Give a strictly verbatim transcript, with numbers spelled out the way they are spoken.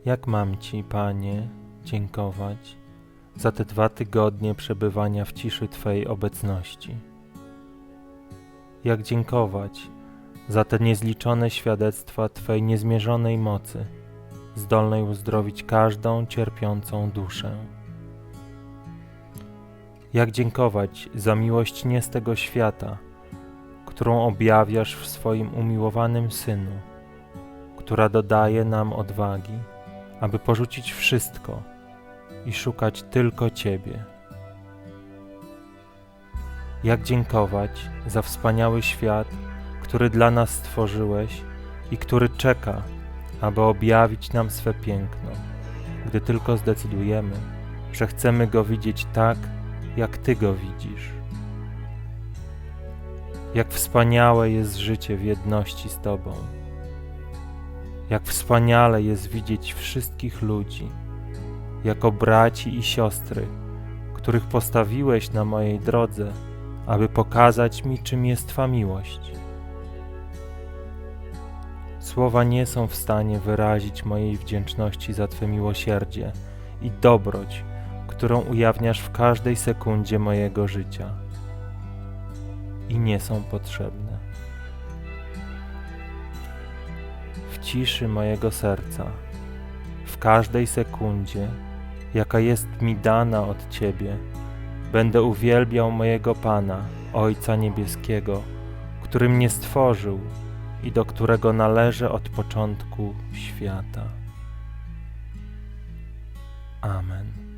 Jak mam Ci, Panie, dziękować za te dwa tygodnie przebywania w ciszy Twojej obecności? Jak dziękować za te niezliczone świadectwa Twojej niezmierzonej mocy, zdolnej uzdrowić każdą cierpiącą duszę? Jak dziękować za miłość nie z tego świata, którą objawiasz w swoim umiłowanym Synu, która dodaje nam odwagi, aby porzucić wszystko i szukać tylko Ciebie. Jak dziękować za wspaniały świat, który dla nas stworzyłeś i który czeka, aby objawić nam swe piękno, gdy tylko zdecydujemy, że chcemy go widzieć tak, jak Ty go widzisz. Jak wspaniałe jest życie w jedności z Tobą. Jak wspaniale jest widzieć wszystkich ludzi, jako braci i siostry, których postawiłeś na mojej drodze, aby pokazać mi, czym jest Twa miłość. Słowa nie są w stanie wyrazić mojej wdzięczności za Twe miłosierdzie i dobroć, którą ujawniasz w każdej sekundzie mojego życia. I nie są potrzebne. W ciszy mojego serca, w każdej sekundzie, jaka jest mi dana od Ciebie, będę uwielbiał mojego Pana, Ojca Niebieskiego, który mnie stworzył i do którego należę od początku świata. Amen.